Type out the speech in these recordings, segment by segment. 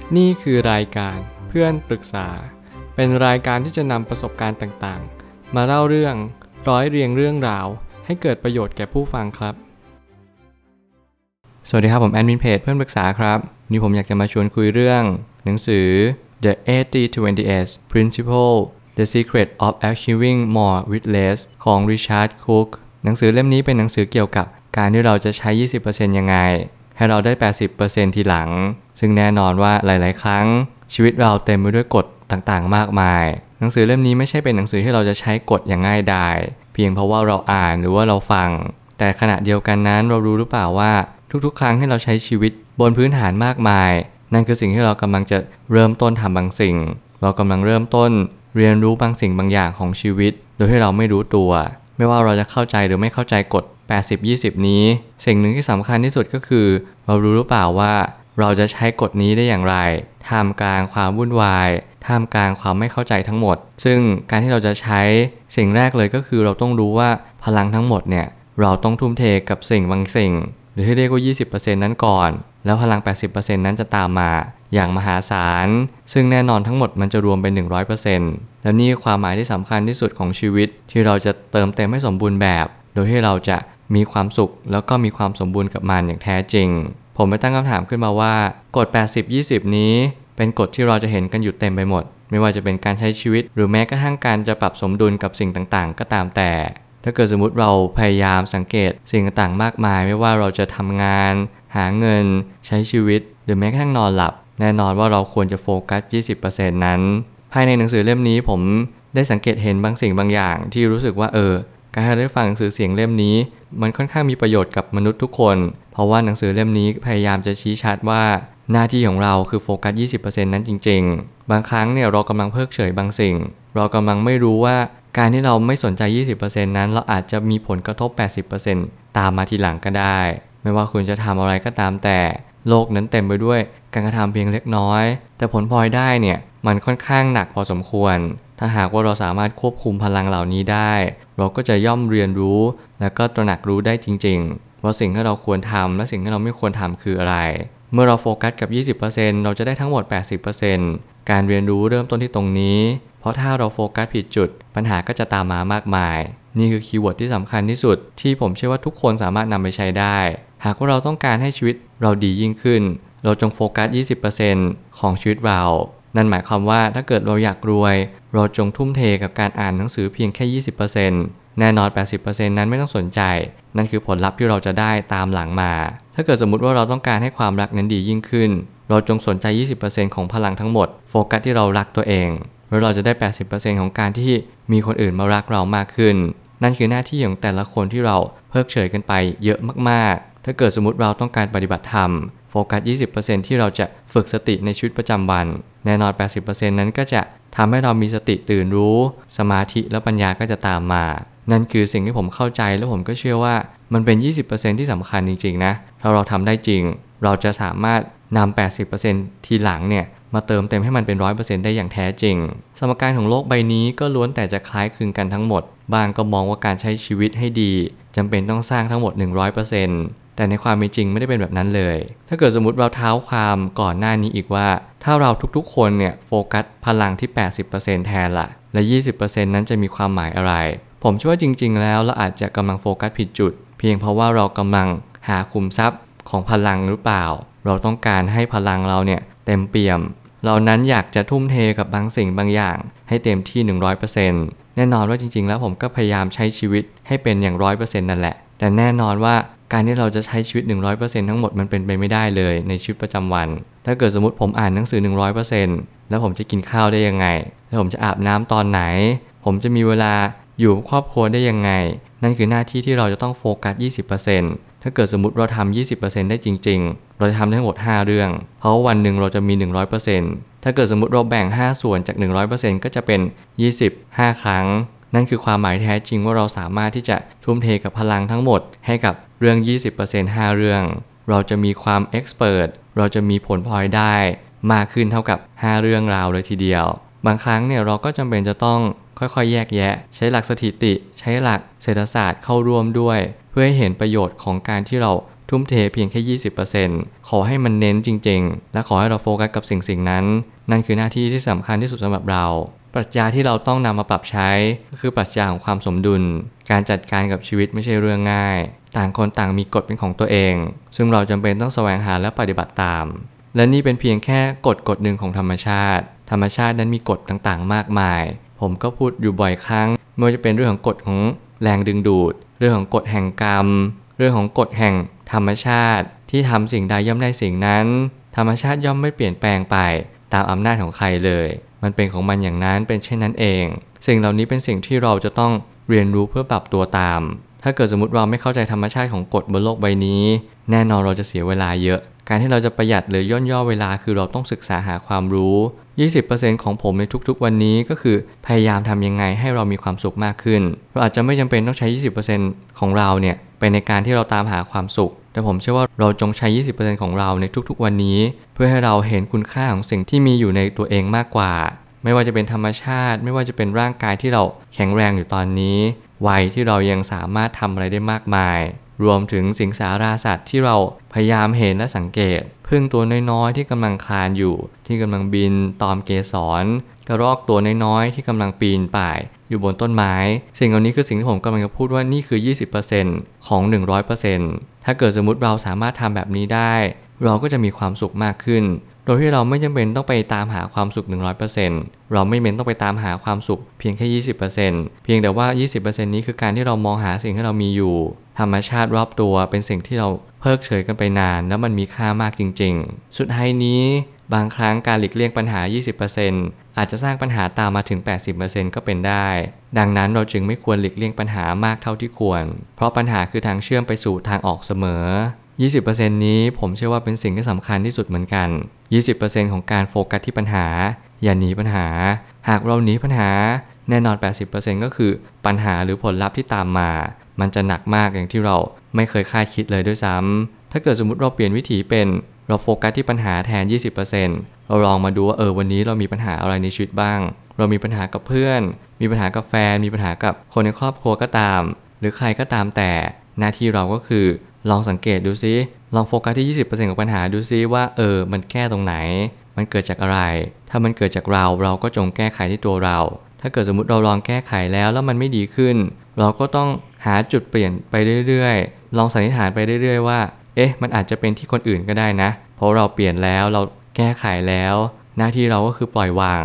นี่คือรายการเพื่อนปรึกษาเป็นรายการที่จะนำประสบการณ์ต่างๆมาเล่าเรื่องร้อยเรียงเรื่องราวให้เกิดประโยชน์แก่ผู้ฟังครับสวัสดีครับผมแอดมินเพจเพื่อนปรึกษาครับวันนี้ผมอยากจะมาชวนคุยเรื่องหนังสือ The 80-20 Principle The Secret of Achieving More with Less ของ Richard Cook หนังสือเล่มนี้เป็นหนังสือเกี่ยวกับการที่เราจะใช้ 20% ยังไงให้เราได้ 80% ทีหลังซึ่งแน่นอนว่าหลายๆครั้งชีวิตเราเต็มไปด้วยกฎต่างๆมากมายหนังสือเล่มนี้ไม่ใช่เป็นหนังสือที่เราจะใช้กฎอย่างง่ายดายเพียงเพราะว่าเราอ่านหรือว่าเราฟังแต่ขณะเดียวกันนั้นเรารู้หรือเปล่าว่าทุกๆครั้งที่เราใช้ชีวิตบนพื้นฐานมากมายนั่นคือสิ่งที่เรากำลังจะเริ่มต้นทำบางสิ่งเรากำลังเริ่มต้นเรียนรู้บางสิ่งบางอย่างของชีวิตโดยที่เราไม่รู้ตัวไม่ว่าเราจะเข้าใจหรือไม่เข้าใจกฎ80-20 นี้สิ่งหนึ่งที่สำคัญที่สุดก็คือเรารู้หรือเปล่าว่าเราจะใช้กฎนี้ได้อย่างไรท่ามกลางความวุ่นวายท่ามกลางความไม่เข้าใจทั้งหมดซึ่งการที่เราจะใช้สิ่งแรกเลยก็คือเราต้องรู้ว่าพลังทั้งหมดเนี่ยเราต้องทุ่มเทกับสิ่งบางสิ่งหรือที่เรียกว่า 20% นั้นก่อนแล้วพลัง 80% นั้นจะตามมาอย่างมหาศาลซึ่งแน่นอนทั้งหมดมันจะรวมเป็น 100% แล้วนี่ความหมายที่สำคัญที่สุดของชีวิตที่เราจะเติมเต็มให้สมบูรณ์แบบโดยที่เราจะมีความสุขแล้วก็มีความสมบูรณ์กับมันอย่างแท้จริงผมไปตั้งคำถามขึ้นมาว่ากฎ 80-20 นี้เป็นกฎที่เราจะเห็นกันอยู่เต็มไปหมดไม่ว่าจะเป็นการใช้ชีวิตหรือแม้กระทั่งการจะปรับสมดุลกับสิ่งต่างๆก็ตามแต่ถ้าเกิดสมมุติเราพยายามสังเกตสิ่งต่างๆมากมายไม่ว่าเราจะทำงานหาเงินใช้ชีวิตหรือแม้กระทั่งนอนหลับแน่นอนว่าเราควรจะโฟกัส 20% นั้นภายในหนังสือเล่มนี้ผมได้สังเกตเห็นบางสิ่งบางอย่างที่รู้สึกว่าการได้ฟังหนังสือเสียงเล่มนี้มันค่อนข้างมีประโยชน์กับมนุษย์ทุกคนเพราะว่าหนังสือเล่มนี้พยายามจะชี้ชัดว่าหน้าที่ของเราคือโฟกัส 20% นั้นจริงๆบางครั้งเนี่ยเรากำลังเพิกเฉยบางสิ่งเรากำลังไม่รู้ว่าการที่เราไม่สนใจ 20% นั้นเราอาจจะมีผลกระทบ 80% ตามมาทีหลังก็ได้ไม่ว่าคุณจะทำอะไรก็ตามแต่โลกนั้นเต็มไปด้วยการกระทำเพียงเล็กน้อยแต่ผลพลอยได้เนี่ยมันค่อนข้างหนักพอสมควรถ้าหากว่าเราสามารถควบคุมพลังเหล่านี้ได้เราก็จะย่อมเรียนรู้และก็ตระหนักรู้ได้จริงๆว่าสิ่งที่เราควรทำและสิ่งที่เราไม่ควรทำคืออะไรเมื่อเราโฟกัสกับ 20% เราจะได้ทั้งหมด 80% การเรียนรู้เริ่มต้นที่ตรงนี้เพราะถ้าเราโฟกัสผิดจุดปัญหาก็จะตามมามากมายนี่คือคีย์เวิร์ดที่สำคัญที่สุดที่ผมเชื่อว่าทุกคนสามารถนำไปใช้ได้หากว่าเราต้องการให้ชีวิตเราดียิ่งขึ้นเราจงโฟกัส 20% ของชีวิตเรานั่นหมายความว่าถ้าเกิดเราอยากรวยเราจงทุ่มเทกับการอ่านหนังสือเพียงแค่ 20% แน่นอน 80% นั้นไม่ต้องสนใจนั่นคือผลลัพธ์ที่เราจะได้ตามหลังมาถ้าเกิดสมมุติว่าเราต้องการให้ความรักนั้นดียิ่งขึ้นเราจงสนใจ 20% ของพลังทั้งหมดโฟกัสที่เรารักตัวเองแล้วเราจะได้ 80% ของการที่มีคนอื่นมารักเรามากขึ้นนั่นคือหน้าที่ของแต่ละคนที่เราเพิกเฉยกันไปเยอะมากๆถ้าเกิดสมมุติเราต้องการปฏิบัติธรรมโฟกัส 20% ที่เราจะฝึกสติในชีวิตประจำวันแน่นอน 80% นั้นก็จะทำให้เรามีสติตื่นรู้สมาธิและปัญญาก็จะตามมานั่นคือสิ่งที่ผมเข้าใจและผมก็เชื่อว่ามันเป็น 20% ที่สำคัญจริงๆนะถ้าเราทำได้จริงเราจะสามารถนำ 80% ทีหลังเนี่ยมาเติมเต็มให้มันเป็น 100% ได้อย่างแท้จริงสมการของโลกใบนี้ก็ล้วนแต่จะคล้ายคลึงกันทั้งหมดบางก็มองว่าการใช้ชีวิตให้ดีจำเป็นต้องสร้างทั้งหมด 100%แต่ในความเป็นจริงไม่ได้เป็นแบบนั้นเลยถ้าเกิดสมมุติเราเท้าความก่อนหน้านี้อีกว่าถ้าเราทุกๆคนเนี่ยโฟกัสพลังที่ 80% แทนละและ 20% นั้นจะมีความหมายอะไรผมเชื่อว่าจริงๆแล้วเราอาจจะกำลังโฟกัสผิดจุดเพียงเพราะว่าเรากำลังหาขุมทรัพย์ของพลังหรือเปล่าเราต้องการให้พลังเราเนี่ยเต็มเปี่ยมเรานั้นอยากจะทุ่มเทกับบางสิ่งบางอย่างให้เต็มที่ 100% แน่นอนว่าจริงๆแล้วผมก็พยายามใช้ชีวิตให้เป็นอย่าง 100% นั่นแหละแต่แน่นอนว่าการที่เราจะใช้ชีวิต 100% ทั้งหมดมันเป็นไปไม่ได้เลยในชีวิตประจำวันถ้าเกิดสมมติผมอ่านหนังสือ 100% แล้วผมจะกินข้าวได้ยังไงแล้วผมจะอาบน้ำตอนไหนผมจะมีเวลาอยู่กับครอบครัวได้ยังไงนั่นคือหน้าที่ที่เราจะต้องโฟกัส 20% ถ้าเกิดสมมุติเราทำ 20% ได้จริงๆเราจะทำได้ทั้งหมด 5 เรื่องเพราะวันหนึ่งเราจะมี 100% ถ้าเกิดสมมุติเราแบ่ง 5 ส่วนจาก 100% ก็จะเป็น 25 ครั้งนั่นคือความหมายแท้จริงว่าเราสามารถที่จะทุ่มเทกับพลังทั้งหมดให้กับเรื่อง 20% 5 เรื่องเราจะมีความเอ็กซ์เพิร์ทเราจะมีผลพลอยได้มากขึ้นเท่ากับ 5 เรื่องราวเลยทีเดียวบางครั้งเนี่ยเราก็จำเป็นจะต้องค่อยๆแยกแยะใช้หลักสถิติใช้หลักเศรษฐศาสตร์เข้าร่วมด้วยเพื่อให้เห็นประโยชน์ของการที่เราทุ่มเทเพียงแค่ 20% ขอให้มันเน้นจริงๆและขอให้เราโฟกัสกับสิ่งนั้นนั่นคือหน้าที่ที่สำคัญที่สุดสำหรับเราปรัชญาที่เราต้องนำมาปรับใช้ก็คือปรัชญาของความสมดุลการจัดการกับชีวิตไม่ใช่เรื่องง่ายต่างคนต่างมีกฎเป็นของตัวเองซึ่งเราจำเป็นต้องแสวงหาและปฏิบัติตามและนี่เป็นเพียงแค่กฎหนึ่งของธรรมชาตินั้นมีกฎต่างๆมากมายผมก็พูดอยู่บ่อยครั้งไม่ว่าจะเป็นเรื่องของกฎของแรงดึงดูดเรื่องของกฎแห่งกรรมเรื่องของกฎแห่งธรรมชาติที่ทำสิ่งใดย่อมได้สิ่งนั้นธรรมชาติย่อมไม่เปลี่ยนแปลงไปตามอำนาจของใครเลยมันเป็นของมันอย่างนั้นเป็นเช่นนั้นเองสิ่งเหล่านี้เป็นสิ่งที่เราจะต้องเรียนรู้เพื่อปรับตัวตามถ้าเกิดสมมติเราไม่เข้าใจธรรมชาติของกฎบนโลกใบนี้แน่นอนเราจะเสียเวลาเยอะการที่เราจะประหยัดหรือย่นย่อเวลาคือเราต้องศึกษาหาความรู้ 20% ของผมในทุกๆวันนี้ก็คือพยายามทำยังไงให้เรามีความสุขมากขึ้นเราอาจจะไม่จำเป็นต้องใช้ 20% ของเราเนี่ยไปในการที่เราตามหาความสุขแต่ผมเชื่อว่าเราจงใช้ 20% ของเราในทุกๆวันนี้เพื่อให้เราเห็นคุณค่าของสิ่งที่มีอยู่ในตัวเองมากกว่าไม่ว่าจะเป็นธรรมชาติไม่ว่าจะเป็นร่างกายที่เราแข็งแรงอยู่ตอนนี้วัยที่เรายังสามารถทำอะไรได้มากมายรวมถึงสิงสาราสัตว์ที่เราพยายามเห็นและสังเกตผึ้งตัวน้อยๆที่กำลังคลานอยู่ที่กำลังบินตอมเกสรกระรอกตัวน้อยๆที่กำลังปีนป่ายอยู่บนต้นไม้สิ่งเหล่านี้คือสิ่งที่ผมกำลังจะพูดว่านี่คือ 20% ของ 100% ถ้าเกิดสมมุติเราสามารถทำแบบนี้ได้เราก็จะมีความสุขมากขึ้นโดยที่เราไม่จำเป็นต้องไปตามหาความสุข 100% เราไม่จำเป็นต้องไปตามหาความสุขเพียงแค่ 20% เพียงแต่ว่า 20% นี้คือการที่เรามองหาสิ่งที่เรามีอยู่ธรรมชาติรอบตัวเป็นสิ่งที่เราเพิกเฉยกันไปนานแล้วมันมีค่ามากจริงๆสุดท้ายนี้บางครั้งการหลีกเลี่ยงปัญหา 20% อาจจะสร้างปัญหาตามมาถึง 80% ก็เป็นได้ดังนั้นเราจึงไม่ควรหลีกเลี่ยงปัญหามากเท่าที่ควรเพราะปัญหาคือทางเชื่อมไปสู่ทางออกเสมอ20% นี้ผมเชื่อว่าเป็นสิ่งที่สำคัญที่สุดเหมือนกัน 20% ของการโฟกัสที่ปัญหาอย่าหนีปัญหาหากเราหนีปัญหาแน่นอน 80% ก็คือปัญหาหรือผลลัพธ์ที่ตามมามันจะหนักมากอย่างที่เราไม่เคยคาดคิดเลยด้วยซ้ำถ้าเกิดสมมุติเราเปลี่ยนวิถีเป็นเราโฟกัสที่ปัญหาแทน 20% เราลองมาดูว่าวันนี้เรามีปัญหาอะไรในชีวิตบ้างเรามีปัญหากับเพื่อนมีปัญหากับแฟนมีปัญหากับคนในครอบครัวก็ตามหรือใครก็ตามแต่หน้าที่เราก็คือลองสังเกตดูซิลองโฟกัสที่ 20% ของปัญหาดูซิว่ามันแก้ตรงไหนมันเกิดจากอะไรถ้ามันเกิดจากเราก็จงแก้ไขที่ตัวเราถ้าเกิดสมมุติเราลองแก้ไขแล้วมันไม่ดีขึ้นเราก็ต้องหาจุดเปลี่ยนไปเรื่อยๆลองสันนิษฐานไปเรื่อยๆว่ามันอาจจะเป็นที่คนอื่นก็ได้นะเพราะเราเปลี่ยนแล้วเราแก้ไขแล้วหน้าที่เราก็คือปล่อยวาง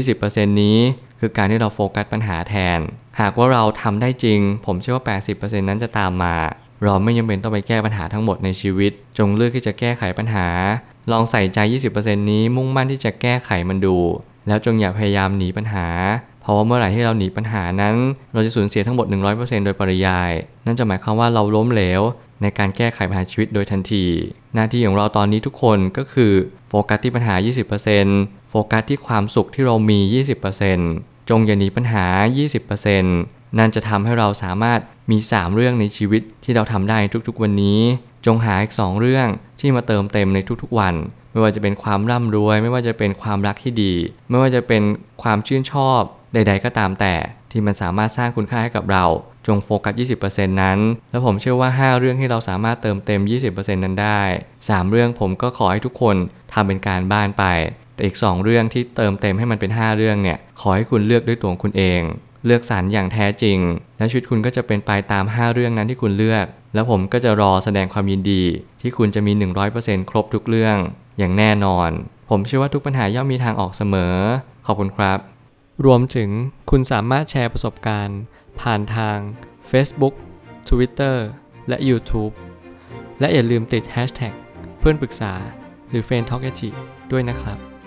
20% นี้คือการที่เราโฟกัสปัญหาแทนหากว่าเราทำได้จริงผมเชื่อว่า 80% นั้นจะตามมาเราไม่จำเป็นต้องไปแก้ปัญหาทั้งหมดในชีวิตจงเลือกที่จะแก้ไขปัญหาลองใส่ใจ 20% นี้มุ่งมั่นที่จะแก้ไขมันดูแล้วจงอย่าพยายามหนีปัญหาเพราะว่าเมื่อไหร่ที่เราหนีปัญหานั้นเราจะสูญเสียทั้งหมด 100% โดยปริยายนั่นจะหมายความว่าเราล้มเหลวในการแก้ไขปัญหาชีวิตโดยทันทีหน้าที่ของเราตอนนี้ทุกคนก็คือโฟกัสที่ปัญหา 20% โฟกัสที่ความสุขที่เรามี 20% จงอย่าหนีปัญหา 20%นั่นจะทำให้เราสามารถมี3เรื่องในชีวิตที่เราทำได้ทุกๆวันนี้จงหาอีก2เรื่องที่มาเติมเต็มในทุกๆวันไม่ว่าจะเป็นความร่ำรวยไม่ว่าจะเป็นความรักที่ดีไม่ว่าจะเป็นความชื่นชอบใดๆก็ตามแต่ที่มันสามารถสร้างคุณค่าให้กับเราจงโฟกัส 20% นั้นแล้วผมเชื่อว่า5เรื่องที่เราสามารถเติมเต็ม 20% นั้นได้3เรื่องผมก็ขอให้ทุกคนทำเป็นการบ้านไปแต่อีก2เรื่องที่เติมเต็มให้มันเป็น5เรื่องเนี่ยขอให้คุณเลือกด้วยตัวของคุณเองเลือกสรรอย่างแท้จริงและชีวิตคุณก็จะเป็นไปตาม5เรื่องนั้นที่คุณเลือกแล้วผมก็จะรอแสดงความยินดีที่คุณจะมี 100% ครบทุกเรื่องอย่างแน่นอนผมเชื่อว่าทุกปัญหาย่อมมีทางออกเสมอขอบคุณครับรวมถึงคุณสามารถแชร์ประสบการณ์ผ่านทาง Facebook Twitter และ YouTube และอย่าลืมติด Hashtag เพื่อนปรึกษาหรือ Friend Talk ด้วยนะครับ